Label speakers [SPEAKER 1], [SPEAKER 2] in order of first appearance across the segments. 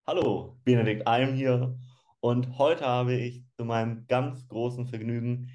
[SPEAKER 1] Hallo, Benedikt Alm hier und heute habe ich zu meinem ganz großen Vergnügen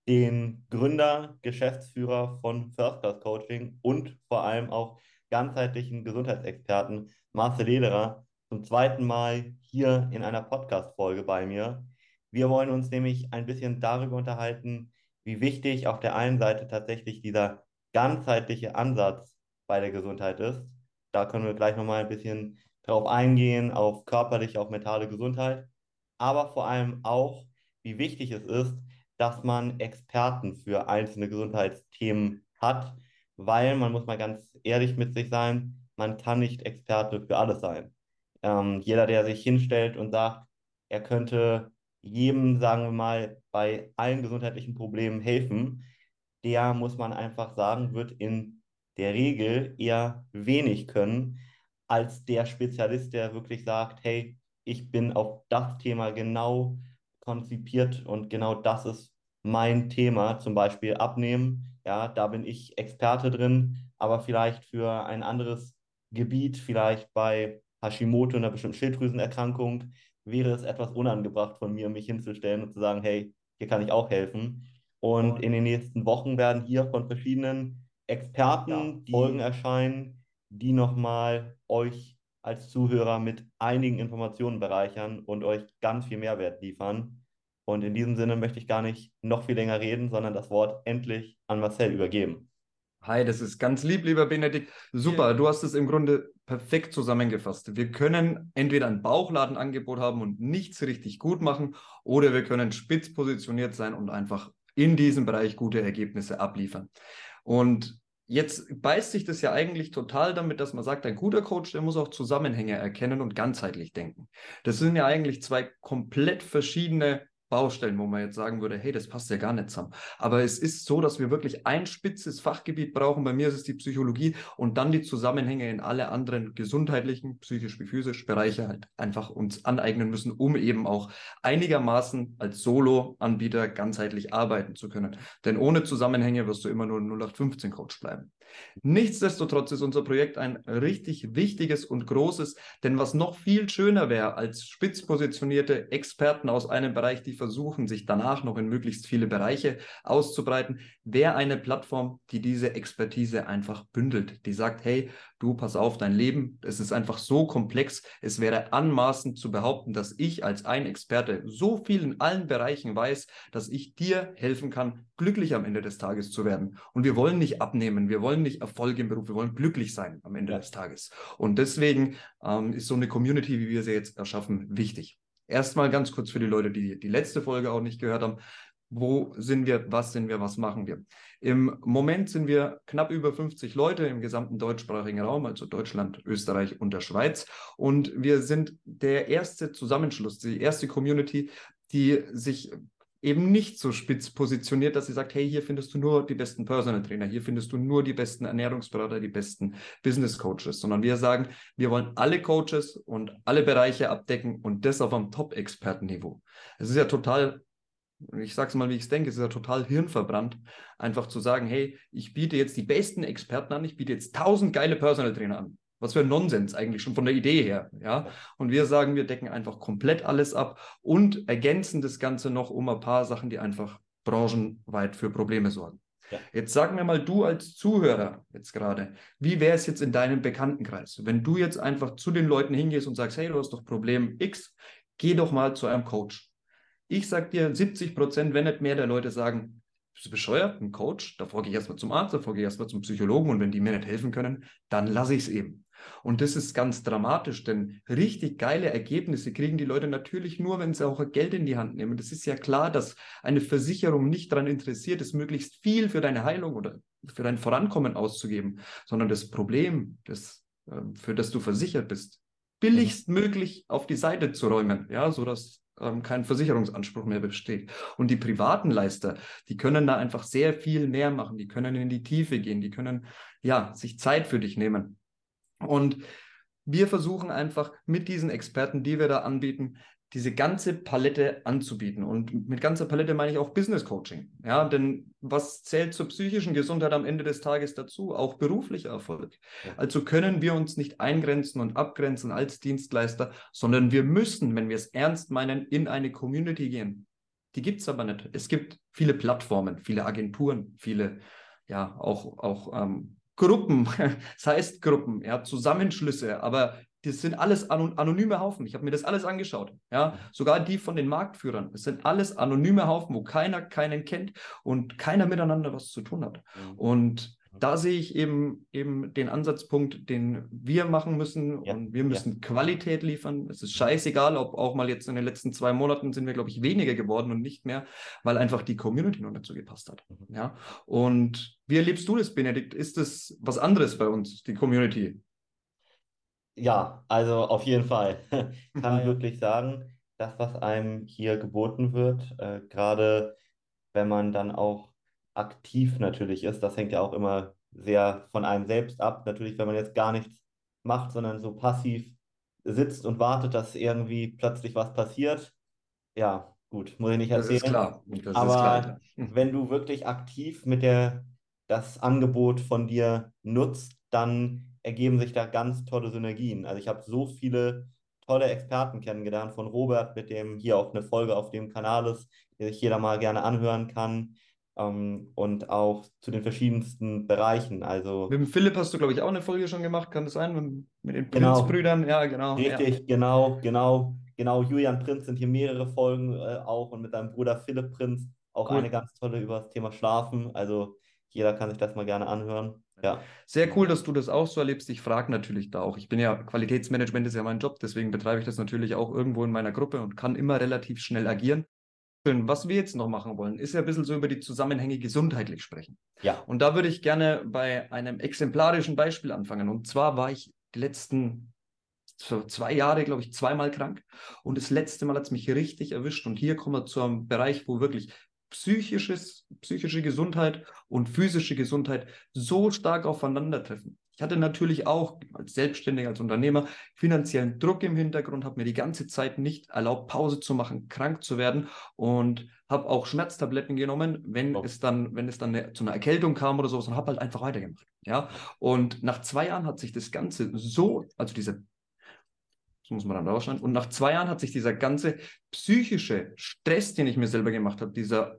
[SPEAKER 1] den Gründer, Geschäftsführer von First Class Coaching und vor allem auch ganzheitlichen Gesundheitsexperten Marcel Lederer zum zweiten Mal hier in einer Podcast-Folge bei mir. Wir wollen uns nämlich ein bisschen darüber unterhalten, wie wichtig auf der einen Seite tatsächlich dieser ganzheitliche Ansatz bei der Gesundheit ist. Da können wir gleich nochmal ein bisschen darauf eingehen, auf körperliche, auf mentale Gesundheit, aber vor allem auch, wie wichtig es ist, dass man Experten für einzelne Gesundheitsthemen hat, weil man muss mal ganz ehrlich mit sich sein, man kann nicht Experte für alles sein. Jeder, der sich hinstellt und sagt, er könnte jedem, sagen wir mal, bei allen gesundheitlichen Problemen helfen, der muss man einfach sagen, wird in der Regel eher wenig können als der Spezialist, der wirklich sagt, hey, ich bin auf das Thema genau konzipiert und genau das ist mein Thema, zum Beispiel Abnehmen. Ja, da bin ich Experte drin, aber vielleicht für ein anderes Gebiet, vielleicht bei Hashimoto, einer bestimmten Schilddrüsenerkrankung, wäre es etwas unangebracht von mir, mich hinzustellen und zu sagen, hey, hier kann ich auch helfen. Und in den nächsten Wochen werden hier von verschiedenen Experten Folgen erscheinen, die nochmal euch als Zuhörer mit einigen Informationen bereichern und euch ganz viel Mehrwert liefern. Und in diesem Sinne möchte ich gar nicht noch viel länger reden, sondern das Wort endlich an Marcel übergeben.
[SPEAKER 2] Hi, das ist ganz lieb, lieber Benedikt. Super, du hast es im Grunde perfekt zusammengefasst. Wir können entweder ein Bauchladenangebot haben und nichts richtig gut machen, oder wir können spitz positioniert sein und einfach in diesem Bereich gute Ergebnisse abliefern. Und jetzt beißt sich das ja eigentlich total damit, dass man sagt, ein guter Coach, der muss auch Zusammenhänge erkennen und ganzheitlich denken. Das sind ja eigentlich zwei komplett verschiedene Baustellen, wo man jetzt sagen würde, hey, das passt ja gar nicht zusammen. Aber es ist so, dass wir wirklich ein spitzes Fachgebiet brauchen. Bei mir ist es die Psychologie und dann die Zusammenhänge in alle anderen gesundheitlichen, psychisch wie physisch Bereiche halt einfach uns aneignen müssen, um eben auch einigermaßen als Solo-Anbieter ganzheitlich arbeiten zu können. Denn ohne Zusammenhänge wirst du immer nur ein 0815-Coach bleiben. Nichtsdestotrotz ist unser Projekt ein richtig wichtiges und großes, denn was noch viel schöner wäre als spitz positionierte Experten aus einem Bereich, die versuchen, sich danach noch in möglichst viele Bereiche auszubreiten, wäre eine Plattform, die diese Expertise einfach bündelt, die sagt, hey, du, pass auf, dein Leben, es ist einfach so komplex, es wäre anmaßend zu behaupten, dass ich als ein Experte so viel in allen Bereichen weiß, dass ich dir helfen kann, glücklich am Ende des Tages zu werden. Und wir wollen nicht abnehmen, wir wollen nicht Erfolg im Beruf, wir wollen glücklich sein am Ende
[SPEAKER 1] Ja.
[SPEAKER 2] des Tages. Und deswegen ist so eine Community, wie wir sie jetzt erschaffen, wichtig. Erstmal ganz kurz für die Leute, die die letzte Folge auch nicht gehört haben. Wo sind wir, was machen wir? Im Moment sind wir knapp über 50 Leute im gesamten deutschsprachigen Raum, also Deutschland, Österreich und der Schweiz. Und wir sind der erste Zusammenschluss, die erste Community, die sich eben nicht so spitz positioniert, dass sie sagt, hey, hier findest du nur die besten Personal Trainer, hier findest du nur die besten Ernährungsberater, die besten Business Coaches, sondern wir sagen, wir wollen alle Coaches und alle Bereiche abdecken und das auf einem Top-Expertenniveau. Es ist ja total, ich sag's mal, wie ich es denke, es ist ja total hirnverbrannt, einfach zu sagen, hey, ich biete jetzt die besten Experten an, ich biete jetzt 1000 geile Personal Trainer an. Was für ein Nonsens eigentlich schon von der Idee her, ja. Und wir sagen, wir decken einfach komplett alles ab und ergänzen das Ganze noch um ein paar Sachen, die einfach branchenweit für Probleme sorgen.
[SPEAKER 1] Ja.
[SPEAKER 2] Jetzt sag mir mal, du als Zuhörer jetzt gerade, wie wäre es jetzt in deinem Bekanntenkreis, wenn du jetzt einfach zu den Leuten hingehst und sagst, hey, du hast doch Problem X, geh doch mal zu einem Coach. Ich sag dir, 70%, wenn nicht mehr, der Leute sagen, bist du bescheuert, ein Coach? Davor gehe ich erstmal zum Arzt, davor gehe ich erstmal zum Psychologen und wenn die mir nicht helfen können, dann lasse ich es eben. Und das ist ganz dramatisch, denn richtig geile Ergebnisse kriegen die Leute natürlich nur, wenn sie auch Geld in die Hand nehmen. Das ist ja klar, dass eine Versicherung nicht daran interessiert ist, möglichst viel für deine Heilung oder für dein Vorankommen auszugeben, sondern das Problem, für das du versichert bist,
[SPEAKER 1] Mhm.
[SPEAKER 2] billigst möglich auf die Seite zu räumen, ja, sodass kein Versicherungsanspruch mehr besteht. Und die privaten Leister, die können da einfach sehr viel mehr machen, die können in die Tiefe gehen, die können ja sich Zeit für dich nehmen. Und wir versuchen einfach mit diesen Experten, die wir da anbieten, diese ganze Palette anzubieten. Und mit ganzer Palette meine ich auch Business Coaching. Ja, denn was zählt zur psychischen Gesundheit am Ende des Tages dazu? Auch beruflicher Erfolg.
[SPEAKER 1] Ja.
[SPEAKER 2] Also können wir uns nicht eingrenzen und abgrenzen als Dienstleister, sondern wir müssen, wenn wir es ernst meinen, in eine Community gehen. Die gibt es aber nicht. Es gibt viele Plattformen, viele Agenturen, viele, ja, auch Gruppen, das heißt Gruppen, ja, Zusammenschlüsse, aber das sind alles anonyme Haufen. Ich habe mir das alles angeschaut. Ja, sogar die von den Marktführern. Es sind alles anonyme Haufen, wo keiner keinen kennt und keiner miteinander was zu tun hat.
[SPEAKER 1] Mhm.
[SPEAKER 2] Und da sehe ich eben den Ansatzpunkt, den wir machen müssen,
[SPEAKER 1] Ja,
[SPEAKER 2] und wir
[SPEAKER 1] ja.
[SPEAKER 2] müssen Qualität liefern. Es ist scheißegal, ob auch mal jetzt in den letzten 2 Monaten sind wir, glaube ich, weniger geworden und nicht mehr, weil einfach die Community noch dazu gepasst hat.
[SPEAKER 1] Mhm.
[SPEAKER 2] Ja, und wie erlebst du das, Benedikt? Ist das was anderes bei uns, die Community?
[SPEAKER 1] Ja, also auf jeden Fall kann
[SPEAKER 2] Ah
[SPEAKER 1] man
[SPEAKER 2] ja.
[SPEAKER 1] wirklich sagen, das, was einem hier geboten wird, gerade wenn man dann auch aktiv natürlich ist, das hängt ja auch immer sehr von einem selbst ab. Natürlich, wenn man jetzt gar nichts macht, sondern so passiv sitzt und wartet, dass irgendwie plötzlich was passiert, ja, gut, muss ich nicht
[SPEAKER 2] Das ist
[SPEAKER 1] erzählen.
[SPEAKER 2] klar. Das ist klar,
[SPEAKER 1] Aber
[SPEAKER 2] klar.
[SPEAKER 1] wenn du wirklich aktiv das Angebot von dir nutzt, dann ergeben sich da ganz tolle Synergien. Also ich habe so viele tolle Experten kennengelernt, von Robert, mit dem hier auch eine Folge auf dem Kanal ist, die sich jeder mal gerne anhören kann, und auch zu den verschiedensten Bereichen. Also
[SPEAKER 2] Mit dem Philipp hast du, glaube ich, auch eine Folge schon gemacht, kann das sein? Mit den
[SPEAKER 1] genau,
[SPEAKER 2] Prinzbrüdern? Ja, genau. Ja.
[SPEAKER 1] richtig, genau. Julian Prinz sind hier mehrere Folgen auch, und mit seinem Bruder Philipp Prinz auch eine
[SPEAKER 2] Cool.
[SPEAKER 1] ganz tolle über das Thema Schlafen. Also jeder kann sich das mal gerne anhören. Ja,
[SPEAKER 2] Sehr cool, dass du das auch so erlebst. Ich frage natürlich da auch. Ich bin ja, Qualitätsmanagement ist ja mein Job, deswegen betreibe ich das natürlich auch irgendwo in meiner Gruppe und kann immer relativ schnell agieren. Schön. Was wir jetzt noch machen wollen, ist ja ein bisschen so über die Zusammenhänge gesundheitlich sprechen.
[SPEAKER 1] ja,
[SPEAKER 2] Und da würde ich gerne bei einem exemplarischen Beispiel anfangen. Und zwar war ich die letzten so 2 Jahre, glaube ich, zweimal krank. Und das letzte Mal hat es mich richtig erwischt. Und hier kommen wir zu einem Bereich, wo wirklich psychische Gesundheit und physische Gesundheit so stark aufeinandertreffen. Ich hatte natürlich auch als Selbstständiger, als Unternehmer finanziellen Druck im Hintergrund, habe mir die ganze Zeit nicht erlaubt, Pause zu machen, krank zu werden, und habe auch Schmerztabletten genommen,
[SPEAKER 1] oh,
[SPEAKER 2] wenn es dann zu einer Erkältung kam oder sowas, und habe halt einfach weitergemacht. Ja? Und nach 2 Jahren hat sich das Ganze so, also das muss man dann rausschneiden. Und nach 2 Jahren hat sich dieser ganze psychische Stress, den ich mir selber gemacht habe, dieser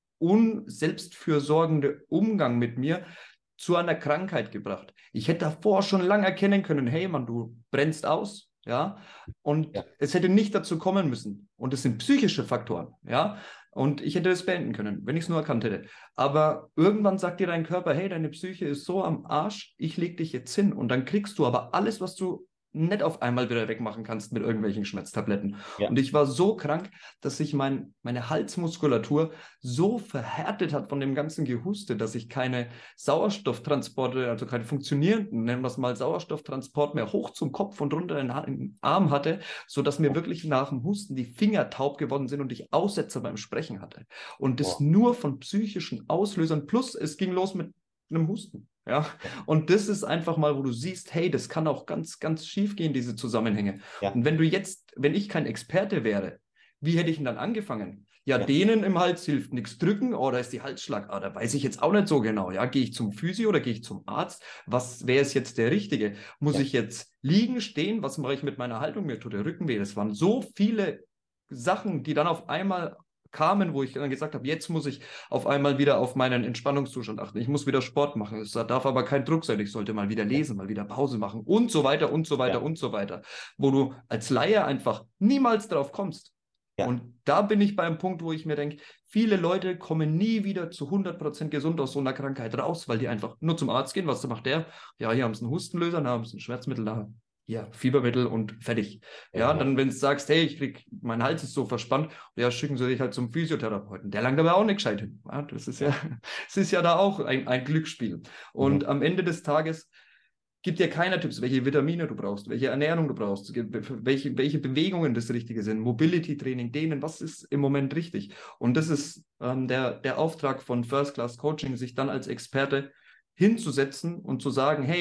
[SPEAKER 2] unselbstfürsorgende Umgang mit mir, zu einer Krankheit gebracht. Ich hätte davor schon lange erkennen können, hey Mann, du brennst aus, ja,
[SPEAKER 1] ja,
[SPEAKER 2] und es hätte nicht dazu kommen müssen. Und es sind psychische Faktoren, ja, und ich hätte das beenden können, wenn ich es nur erkannt hätte. Aber irgendwann sagt dir dein Körper, hey, deine Psyche ist so am Arsch, ich leg dich jetzt hin, und dann kriegst du aber alles, was du nicht auf einmal wieder wegmachen kannst mit irgendwelchen Schmerztabletten.
[SPEAKER 1] ja,
[SPEAKER 2] Und ich war so krank, dass sich meine Halsmuskulatur so verhärtet hat von dem ganzen Gehuste, dass ich keine Sauerstofftransporte, also keine funktionierenden, nennen wir es mal Sauerstofftransport mehr hoch zum Kopf und runter in den Arm hatte, sodass mir
[SPEAKER 1] oh,
[SPEAKER 2] wirklich nach dem Husten die Finger taub geworden sind und ich Aussetzer beim Sprechen hatte. Und das
[SPEAKER 1] oh,
[SPEAKER 2] nur von psychischen Auslösern, plus es ging los mit einem Husten. Ja,
[SPEAKER 1] ja,
[SPEAKER 2] und das ist einfach mal, wo du siehst, hey, das kann auch ganz, ganz schief gehen, diese Zusammenhänge.
[SPEAKER 1] ja,
[SPEAKER 2] Und wenn ich kein Experte wäre, wie hätte ich denn dann angefangen? Ja,
[SPEAKER 1] ja,
[SPEAKER 2] denen im Hals hilft nichts drücken, oh, da ist die Halsschlag. Ah, da weiß ich jetzt auch nicht so genau. Ja, gehe ich zum Physio oder gehe ich zum Arzt? Wer ist jetzt der Richtige? Muss
[SPEAKER 1] ja,
[SPEAKER 2] ich jetzt liegen, stehen? Was mache ich mit meiner Haltung? Mir tut der Rücken weh. Das waren so viele Sachen, die dann auf einmal kamen, wo ich dann gesagt habe, jetzt muss ich auf einmal wieder auf meinen Entspannungszustand achten. Ich muss wieder Sport machen. Es darf aber kein Druck sein. Ich sollte mal wieder
[SPEAKER 1] ja,
[SPEAKER 2] lesen, mal wieder Pause machen und so weiter und so weiter
[SPEAKER 1] ja,
[SPEAKER 2] und so weiter. Wo du als Laie einfach niemals drauf kommst.
[SPEAKER 1] ja,
[SPEAKER 2] Und da bin ich bei einem Punkt, wo ich mir denke, viele Leute kommen nie wieder zu 100% gesund aus so einer Krankheit raus, weil die einfach nur zum Arzt gehen. Was macht der? Ja, hier haben sie einen Hustenlöser, da haben sie ein Schmerzmittel, da ja, Fiebermittel und fertig. Ja,
[SPEAKER 1] genau.
[SPEAKER 2] dann, wenn du sagst, hey, mein Hals ist so verspannt, ja, schicken sie dich halt zum Physiotherapeuten. Der langt aber auch nicht gescheit hin. Ja,
[SPEAKER 1] Ja,
[SPEAKER 2] es ist ja da auch ein Glücksspiel. Und
[SPEAKER 1] mhm.
[SPEAKER 2] am Ende des Tages gibt dir keiner Tipps, welche Vitamine du brauchst, welche Ernährung du brauchst, welche Bewegungen das Richtige sind, Mobility-Training, denen, was ist im Moment richtig. Und das ist der Auftrag von First Class Coaching, sich dann als Experte hinzusetzen und zu sagen, hey,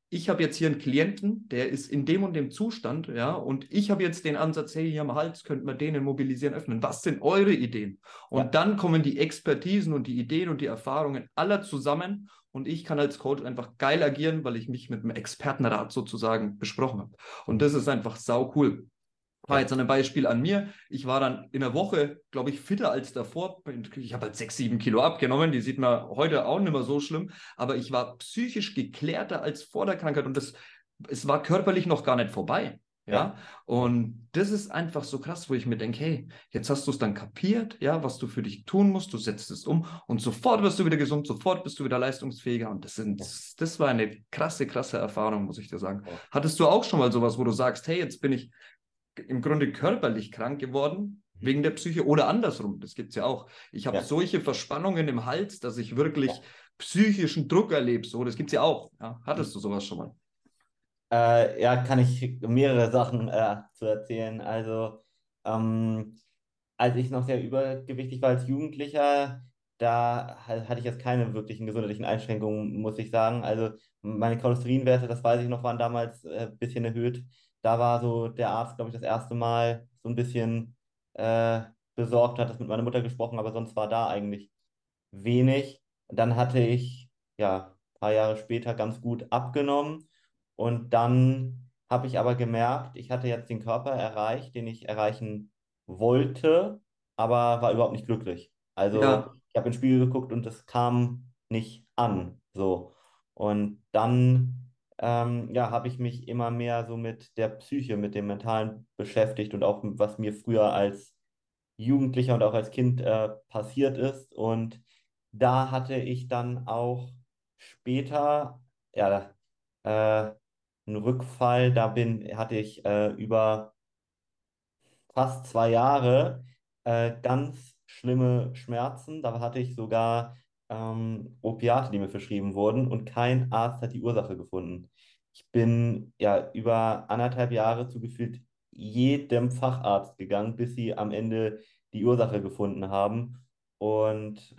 [SPEAKER 2] ich habe jetzt hier einen Klienten, der ist in dem und dem Zustand, ja, und ich habe jetzt den Ansatz, hey, hier am Hals könnten wir denen mobilisieren, öffnen. Was sind eure Ideen? Und
[SPEAKER 1] Ja,
[SPEAKER 2] dann kommen die Expertisen und die Ideen und die Erfahrungen aller zusammen und ich kann als Coach einfach geil agieren, weil ich mich mit einem Expertenrat sozusagen besprochen habe. Und das ist einfach sau cool. War
[SPEAKER 1] ja,
[SPEAKER 2] jetzt ein Beispiel an mir. Ich war dann in der Woche, glaube ich, fitter als davor. Ich habe halt 6, 7 Kilo abgenommen. Die sieht man heute auch nicht mehr so schlimm. Aber ich war psychisch geklärter als vor der Krankheit und es war körperlich noch gar nicht vorbei.
[SPEAKER 1] ja,
[SPEAKER 2] Ja, und das ist einfach so krass, wo ich mir denke, hey, jetzt hast du es dann kapiert, ja, was du für dich tun musst, du setzt es um und sofort wirst du wieder gesund, sofort bist du wieder leistungsfähiger und
[SPEAKER 1] ja.
[SPEAKER 2] das war eine krasse, krasse Erfahrung, muss ich dir sagen.
[SPEAKER 1] Ja.
[SPEAKER 2] Hattest du auch schon mal sowas, wo du sagst, hey, jetzt bin ich im Grunde körperlich krank geworden
[SPEAKER 1] Mhm.
[SPEAKER 2] wegen der Psyche oder andersrum. Das gibt es ja auch. Ich habe
[SPEAKER 1] Ja.
[SPEAKER 2] solche Verspannungen im Hals, dass ich wirklich
[SPEAKER 1] Ja.
[SPEAKER 2] psychischen Druck erlebe. So, das gibt es ja auch. Ja,
[SPEAKER 1] Mhm.
[SPEAKER 2] hattest du sowas schon mal?
[SPEAKER 1] Ja, kann ich mehrere Sachen zu erzählen. Also, ähm, als ich noch sehr übergewichtig war als Jugendlicher, da hatte ich jetzt keine wirklichen gesundheitlichen Einschränkungen, muss ich sagen. Also, meine Cholesterinwerte, das weiß ich noch, waren damals ein bisschen erhöht. Da war so der Arzt, glaube ich, das erste Mal so ein bisschen äh, besorgt, hat das mit meiner Mutter gesprochen, aber sonst war da eigentlich wenig. Dann hatte ich, ja, ein paar Jahre später ganz gut abgenommen. Und dann habe ich aber gemerkt, ich hatte jetzt den Körper erreicht, den ich erreichen wollte, aber war überhaupt nicht glücklich. Also
[SPEAKER 2] Ja,
[SPEAKER 1] ich habe ins Spiegel geguckt und es kam nicht an. So. Und dann ja, habe ich mich immer mehr so mit der Psyche, mit dem Mentalen beschäftigt und auch was mir früher als Jugendlicher und auch als Kind passiert ist. Und da hatte ich dann auch später ja, einen Rückfall. Hatte ich über fast 2 Jahre ganz schlimme Schmerzen. Da hatte ich sogar Opiate, die mir verschrieben wurden, und kein Arzt hat die Ursache gefunden. Ich bin ja über 1,5 Jahre zu gefühlt jedem Facharzt gegangen, bis sie am Ende die Ursache gefunden haben. Und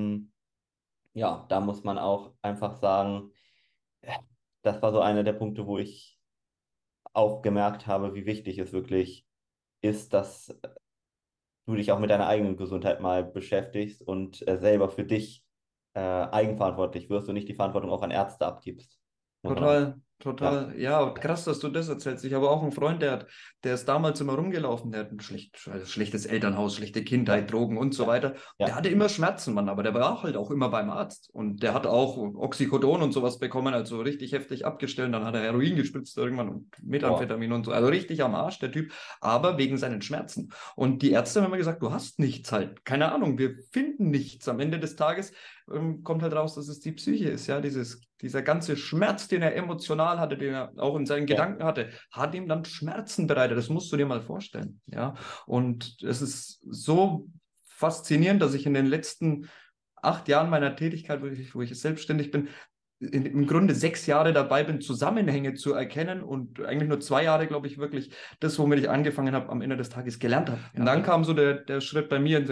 [SPEAKER 1] ja, da muss man auch einfach sagen, das war so einer der Punkte, wo ich auch gemerkt habe, wie wichtig es wirklich ist, dass du dich auch mit deiner eigenen Gesundheit mal beschäftigst und selber für dich eigenverantwortlich wirst und nicht die Verantwortung auch an Ärzte abgibst. Muss man auch.
[SPEAKER 2] total,
[SPEAKER 1] Ja,
[SPEAKER 2] total. Ja, und krass, dass du das erzählst. Ich habe auch einen Freund, der ist damals immer rumgelaufen, der hat ein also schlechtes Elternhaus, schlechte
[SPEAKER 1] ja,
[SPEAKER 2] Kindheit, Drogen und so
[SPEAKER 1] ja,
[SPEAKER 2] weiter. Der
[SPEAKER 1] ja.
[SPEAKER 2] hatte immer Schmerzen, Mann, aber der war halt auch immer beim Arzt. Und der hat auch Oxycodon und sowas bekommen, also richtig heftig abgestellt. Dann hat er Heroin gespritzt irgendwann und
[SPEAKER 1] Boah.
[SPEAKER 2] Methamphetamin und so. Also richtig am Arsch, der Typ, aber wegen seinen Schmerzen. Und die Ärzte haben immer gesagt, du hast nichts halt. Keine Ahnung, wir finden nichts. Am Ende des Tages kommt halt raus, dass es die Psyche ist, ja, dieser ganze Schmerz, den er emotional hatte, den er auch in seinen
[SPEAKER 1] Ja,
[SPEAKER 2] Gedanken hatte, hat ihm dann Schmerzen bereitet. Das musst du dir mal vorstellen, ja. Und es ist so faszinierend, dass ich in den letzten 8 Jahren meiner Tätigkeit, wo ich selbstständig bin, im Grunde 6 Jahre dabei bin, Zusammenhänge zu erkennen und eigentlich nur 2 Jahre, glaube ich, wirklich das, womit ich angefangen habe, am Ende des Tages gelernt habe. Und dann kam so der Schritt bei mir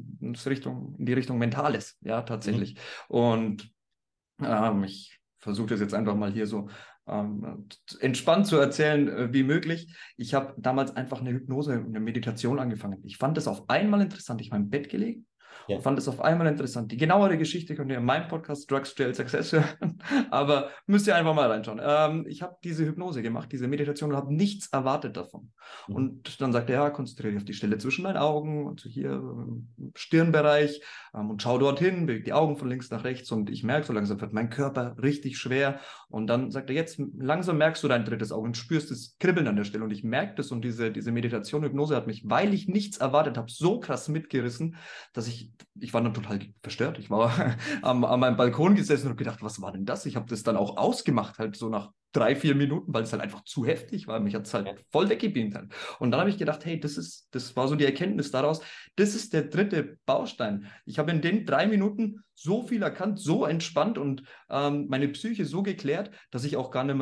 [SPEAKER 2] in die Richtung Mentales, ja,
[SPEAKER 1] mhm.
[SPEAKER 2] tatsächlich. Und ich versuche das jetzt einfach mal hier so entspannt zu erzählen, wie möglich. Ich habe damals einfach eine Hypnose, eine Meditation angefangen. Ich fand das auf einmal interessant. Ich war im Bett gelegen und
[SPEAKER 1] Ja,
[SPEAKER 2] fand es auf einmal interessant. Die genauere Geschichte könnt ihr in meinem Podcast Drugs, Jail, Success hören, aber müsst ihr einfach mal reinschauen. Ich habe diese Hypnose gemacht, diese Meditation und habe nichts erwartet davon.
[SPEAKER 1] mhm.
[SPEAKER 2] Und dann sagt er, ja, konzentriere dich auf die Stelle zwischen deinen Augen und so hier im Stirnbereich und schau dorthin, bewege die Augen von links nach rechts und ich merke, so langsam wird mein Körper richtig schwer und dann sagt er, jetzt langsam merkst du dein drittes Auge und spürst das Kribbeln an der Stelle und ich merke das und diese Meditation, Hypnose hat mich, weil ich nichts erwartet habe, so krass mitgerissen, dass ich war dann total verstört. Ich war an meinem Balkon gesessen und gedacht, was war denn das? Ich habe das dann auch ausgemacht, halt so nach 3, 4 Minuten, weil es halt einfach zu heftig war. Mich hat es halt
[SPEAKER 1] Ja,
[SPEAKER 2] voll weggebeamt halt. Und dann habe ich gedacht, hey, das war so die Erkenntnis daraus, das ist der dritte Baustein. Ich habe in den 3 Minuten so viel erkannt, so entspannt und meine Psyche so geklärt, dass ich auch gar nicht mehr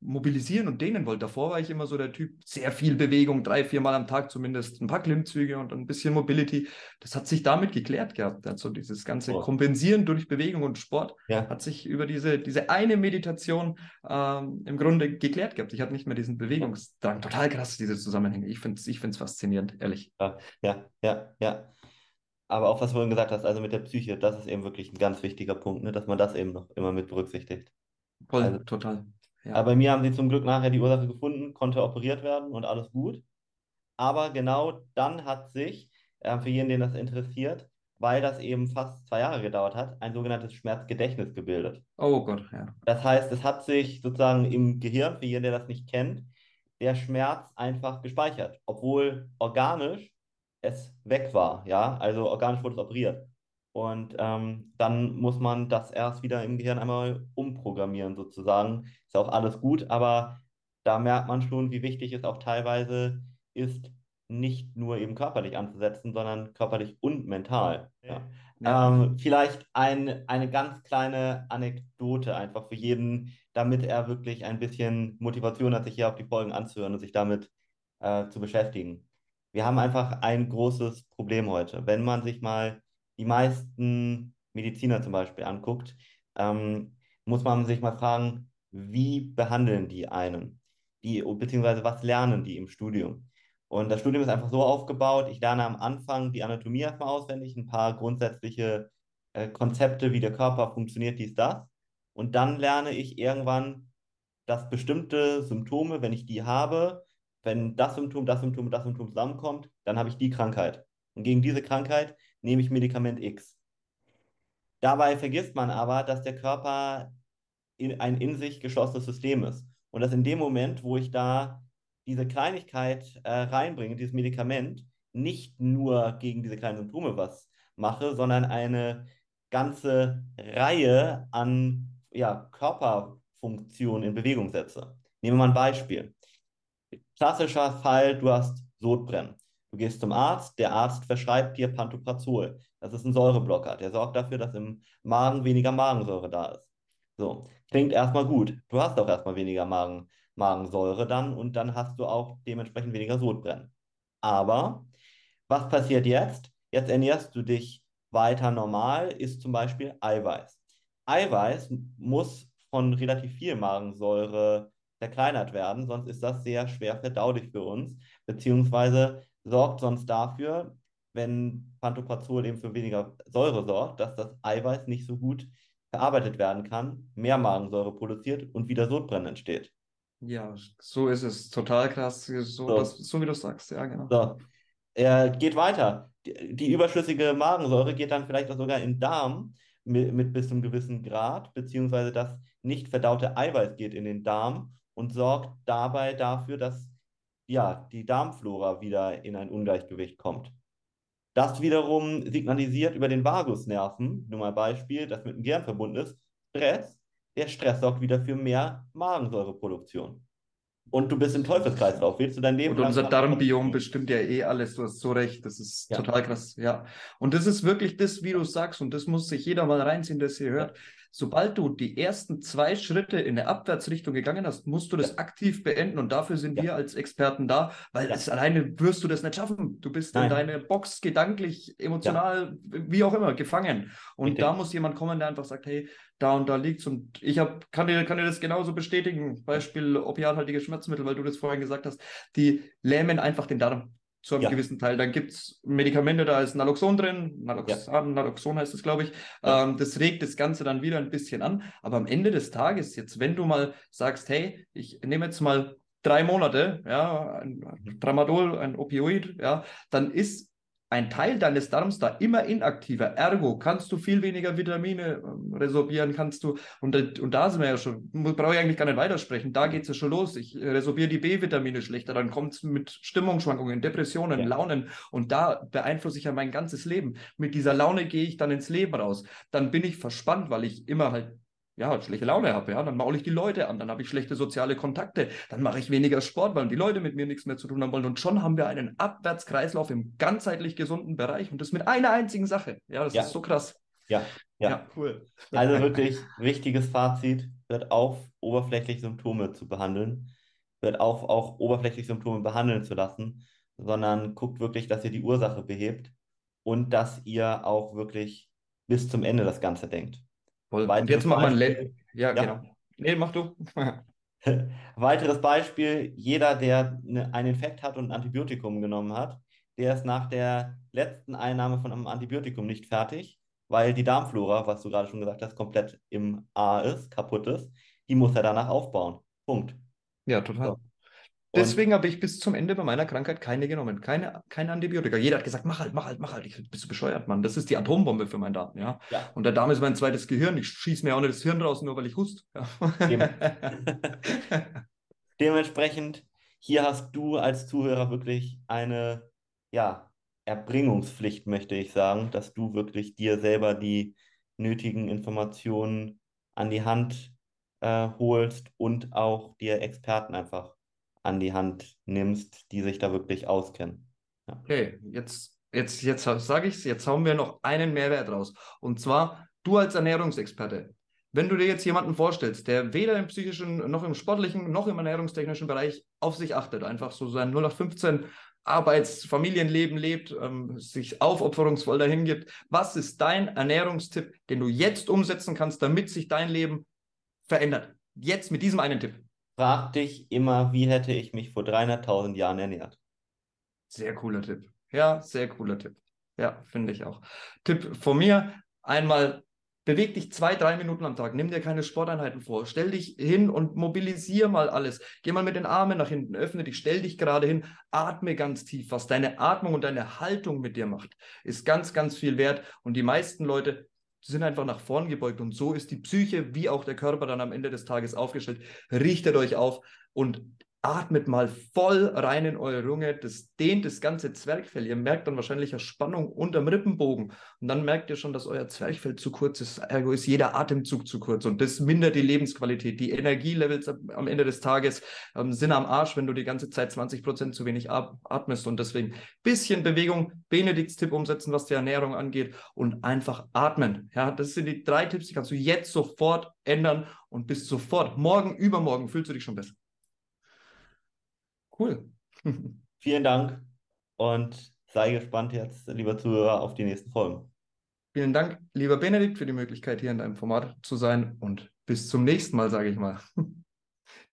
[SPEAKER 2] mobilisieren und dehnen wollte. Davor war ich immer so der Typ, sehr viel Bewegung, 3, 4 Mal am Tag zumindest, ein paar Klimmzüge und ein bisschen Mobility. Das hat sich damit geklärt gehabt. Also dieses ganze
[SPEAKER 1] So.
[SPEAKER 2] Kompensieren durch Bewegung und Sport
[SPEAKER 1] Ja.
[SPEAKER 2] hat sich über diese eine Meditation im Grunde geklärt gehabt. Ich hatte nicht mehr diesen Bewegungsdrang. Total krass, diese Zusammenhänge. Ich find's faszinierend, ehrlich.
[SPEAKER 1] Ja, ja, ja, ja. Aber auch was du vorhin gesagt hast, also mit der Psyche, das ist eben wirklich ein ganz wichtiger Punkt, ne, dass man das eben noch immer mit berücksichtigt. Also,
[SPEAKER 2] Voll, total.
[SPEAKER 1] aber
[SPEAKER 2] Ja.
[SPEAKER 1] bei mir haben sie zum Glück nachher die Ursache gefunden, konnte operiert werden und alles gut. Aber genau dann hat sich, für jeden, den das interessiert, weil das eben fast 2 Jahre gedauert hat, ein sogenanntes Schmerzgedächtnis gebildet.
[SPEAKER 2] Oh Gott, ja.
[SPEAKER 1] Das heißt, es hat sich sozusagen im Gehirn, für jeden, der das nicht kennt, der Schmerz einfach gespeichert, obwohl organisch es weg war. Ja, also organisch wurde es operiert. Und dann muss man das erst wieder im Gehirn einmal umprogrammieren, sozusagen. Ist auch alles gut, aber da merkt man schon, wie wichtig es auch teilweise ist, nicht nur eben körperlich anzusetzen, sondern körperlich und mental. Ja.
[SPEAKER 2] Ja.
[SPEAKER 1] Vielleicht eine ganz kleine Anekdote einfach für jeden, damit er wirklich ein bisschen Motivation hat, sich hier auf die Folgen anzuhören und sich damit zu beschäftigen. Wir haben einfach ein großes Problem heute. Wenn man sich mal die meisten Mediziner zum Beispiel anguckt, muss man sich mal fragen, wie behandeln die einen? Beziehungsweise was lernen die im Studium? Und das Studium ist einfach so aufgebaut, ich lerne am Anfang die Anatomie erstmal auswendig, ein paar grundsätzliche Konzepte, wie der Körper funktioniert, dies, das. Und dann lerne ich irgendwann, dass bestimmte Symptome, wenn ich die habe, wenn das Symptom und das Symptom zusammenkommt, dann habe ich die Krankheit. Und gegen diese Krankheit nehme ich Medikament X. Dabei vergisst man aber, dass der Körper ein in sich geschlossenes System ist. Und dass in dem Moment, wo ich da diese Kleinigkeit reinbringe, dieses Medikament, nicht nur gegen diese kleinen Symptome was mache, sondern eine ganze Reihe an ja, Körperfunktionen in Bewegung setze. Nehmen wir mal ein Beispiel. Klassischer Fall, du hast Sodbrennen. Du gehst zum Arzt, der Arzt verschreibt dir Pantoprazol. Das ist ein Säureblocker. Der sorgt dafür, dass im Magen weniger Magensäure da ist. So, klingt erstmal gut. Du hast auch erstmal weniger Magensäure dann und dann hast du auch dementsprechend weniger Sodbrennen. Aber was passiert jetzt? Jetzt ernährst du dich weiter normal, isst zum Beispiel Eiweiß. Eiweiß muss von relativ viel Magensäure verkleinert werden, sonst ist das sehr schwer verdaulich für uns, beziehungsweise sorgt sonst dafür, wenn Pantoprazol eben für weniger Säure sorgt, dass das Eiweiß nicht so gut verarbeitet werden kann, mehr Magensäure produziert und wieder Sodbrennen entsteht.
[SPEAKER 2] Ja, so ist es. Total krass.
[SPEAKER 1] So,
[SPEAKER 2] So wie du sagst, ja, genau.
[SPEAKER 1] so. Er geht weiter. Die überschüssige Magensäure geht dann vielleicht auch sogar in den Darm mit bis zu einem gewissen Grad, beziehungsweise das nicht verdaute Eiweiß geht in den Darm und sorgt dabei dafür, dass ja, die Darmflora wieder in ein Ungleichgewicht kommt. Das wiederum signalisiert über den Vagusnerven, nur mal Beispiel, das mit dem Gehirn verbunden ist, Stress. Der Stress sorgt wieder für mehr Magensäureproduktion. Und du bist im
[SPEAKER 2] So ist es, ja.
[SPEAKER 1] Teufelskreislauf. Willst du dein Leben
[SPEAKER 2] Und
[SPEAKER 1] lang
[SPEAKER 2] unser Darmbiom
[SPEAKER 1] Pantoprazol?
[SPEAKER 2] bestimmt ja eh alles. Du hast so recht. Das ist
[SPEAKER 1] Ja,
[SPEAKER 2] total krass. Ja. Und das ist wirklich das, wie du sagst. Und das muss sich jeder mal reinziehen, der es hier
[SPEAKER 1] ja,
[SPEAKER 2] hört. Sobald du die ersten 2 Schritte in eine Abwärtsrichtung gegangen hast, musst du
[SPEAKER 1] ja,
[SPEAKER 2] das aktiv beenden. Und dafür sind
[SPEAKER 1] ja,
[SPEAKER 2] wir als Experten da, weil
[SPEAKER 1] ja.
[SPEAKER 2] es alleine wirst du das nicht schaffen. Du bist in
[SPEAKER 1] Nein,
[SPEAKER 2] deine Box gedanklich,
[SPEAKER 1] ja,
[SPEAKER 2] emotional, wie auch immer, gefangen. Und da
[SPEAKER 1] richtig.
[SPEAKER 2] muss jemand kommen, der einfach sagt, hey, da und da liegt's. Und kann dir das genauso bestätigen.
[SPEAKER 1] Ja,
[SPEAKER 2] Beispiel opiathaltige Schmerzmittel, weil du das vorhin gesagt hast, die lähmen einfach den Darm zu einem
[SPEAKER 1] ja,
[SPEAKER 2] gewissen Teil. Dann gibt es Medikamente, da ist Naloxon drin,
[SPEAKER 1] ja,
[SPEAKER 2] Naloxon heißt es, glaube ich.
[SPEAKER 1] ja,
[SPEAKER 2] Das regt das Ganze dann wieder ein bisschen an. Aber am Ende des Tages, jetzt, wenn du mal sagst, hey, ich nehme jetzt mal 3 Monate, ja, ein
[SPEAKER 1] mhm.
[SPEAKER 2] Tramadol, ein Opioid, ja, dann ist ein Teil deines Darms da immer inaktiver. Ergo kannst du viel weniger Vitamine resorbieren, und da sind wir ja schon, brauche ich eigentlich gar nicht weitersprechen, da geht es ja schon los. Ich resorbiere die B-Vitamine schlechter, dann kommt es mit Stimmungsschwankungen, Depressionen,
[SPEAKER 1] Ja,
[SPEAKER 2] Launen und da beeinflusse ich ja mein ganzes Leben. Mit dieser Laune gehe ich dann ins Leben raus. Dann bin ich verspannt, weil ich immer halt ja, schlechte Laune habe, ja, dann maule ich die Leute an, dann habe ich schlechte soziale Kontakte, dann mache ich weniger Sport, weil die Leute mit mir nichts mehr zu tun haben wollen und schon haben wir einen Abwärtskreislauf im ganzheitlich gesunden Bereich und das mit einer einzigen Sache. Ja, das ist
[SPEAKER 1] ja.
[SPEAKER 2] so krass.
[SPEAKER 1] Ja, ja.
[SPEAKER 2] Ja, cool.
[SPEAKER 1] Also wirklich wichtiges Fazit, hört auf, oberflächlich Symptome zu behandeln, hört auf, auch oberflächlich Symptome behandeln zu lassen, sondern guckt wirklich, dass ihr die Ursache behebt und dass ihr auch wirklich bis zum Ende das Ganze denkt.
[SPEAKER 2] Voll. Und jetzt
[SPEAKER 1] Weiteres
[SPEAKER 2] mach mal
[SPEAKER 1] Beispiel,
[SPEAKER 2] Ja,
[SPEAKER 1] ja,
[SPEAKER 2] genau. Nee, mach du.
[SPEAKER 1] weiteres Beispiel, jeder, der einen Infekt hat und ein Antibiotikum genommen hat, der ist nach der letzten Einnahme von einem Antibiotikum nicht fertig, weil die Darmflora, was du gerade schon gesagt hast, komplett im A ist, kaputt ist. Die muss er danach aufbauen. Punkt.
[SPEAKER 2] Ja,
[SPEAKER 1] So.
[SPEAKER 2] total.
[SPEAKER 1] Und
[SPEAKER 2] Deswegen habe ich bis zum Ende bei meiner Krankheit keine genommen. Keine Antibiotika. Jeder hat gesagt, mach halt, mach halt, mach halt. Bist du bescheuert, Mann? Das ist die Atombombe für meinen Darm, ja.
[SPEAKER 1] ja,
[SPEAKER 2] Und der Darm ist mein zweites Gehirn. Ich schieße mir auch nicht das Hirn raus, nur weil ich hust. Ja.
[SPEAKER 1] eben. Dementsprechend, hier hast du als Zuhörer wirklich eine, ja, Erbringungspflicht, möchte ich sagen, dass du wirklich dir selber die nötigen Informationen an die Hand holst und auch dir Experten einfach an die Hand nimmst, die sich da wirklich auskennen. Ja,
[SPEAKER 2] Okay, jetzt sage ich es, jetzt hauen wir noch einen Mehrwert raus. Und zwar, du als Ernährungsexperte, wenn du dir jetzt jemanden vorstellst, der weder im psychischen, noch im sportlichen, noch im ernährungstechnischen Bereich auf sich achtet, einfach so sein 0815 Familienleben lebt, sich aufopferungsvoll dahin gibt, was ist dein Ernährungstipp, den du jetzt umsetzen kannst, damit sich dein Leben verändert? Jetzt mit diesem einen Tipp.
[SPEAKER 1] frag dich immer, wie hätte ich mich vor 300.000 Jahren ernährt?
[SPEAKER 2] Sehr cooler Tipp. Ja, sehr cooler Tipp. Ja, finde ich auch. Tipp von mir, einmal beweg dich 2, 3 Minuten am Tag. Nimm dir keine Sporteinheiten vor. Stell dich hin und mobilisier mal alles. Geh mal mit den Armen nach hinten, öffne dich, stell dich gerade hin, atme ganz tief. Was deine Atmung und deine Haltung mit dir macht, ist ganz, ganz viel wert. Und die meisten Leute sind einfach nach vorn gebeugt. Und so ist die Psyche wie auch der Körper dann am Ende des Tages aufgestellt. Richtet euch auf und atmet mal voll rein in eure Lunge. Das dehnt das ganze Zwerchfell. Ihr merkt dann wahrscheinlich eine Spannung unterm Rippenbogen. Und dann merkt ihr schon, dass euer Zwerchfell zu kurz ist. Ergo ist jeder Atemzug zu kurz. Und das mindert die Lebensqualität. Die Energielevels am Ende des Tages sind am Arsch, wenn du die ganze Zeit 20% zu wenig atmest. Und deswegen ein bisschen Bewegung, Benedikts Tipp umsetzen, was die Ernährung angeht. Und einfach atmen. Ja, das sind die 3 Tipps, die kannst du jetzt sofort ändern. Und bis sofort, morgen, übermorgen, fühlst du dich schon besser. Cool.
[SPEAKER 1] Vielen Dank und sei gespannt jetzt, lieber Zuhörer, auf die nächsten Folgen.
[SPEAKER 2] Vielen Dank, lieber Benedikt, für die Möglichkeit, hier in deinem Format zu sein und bis zum nächsten Mal, sage ich mal.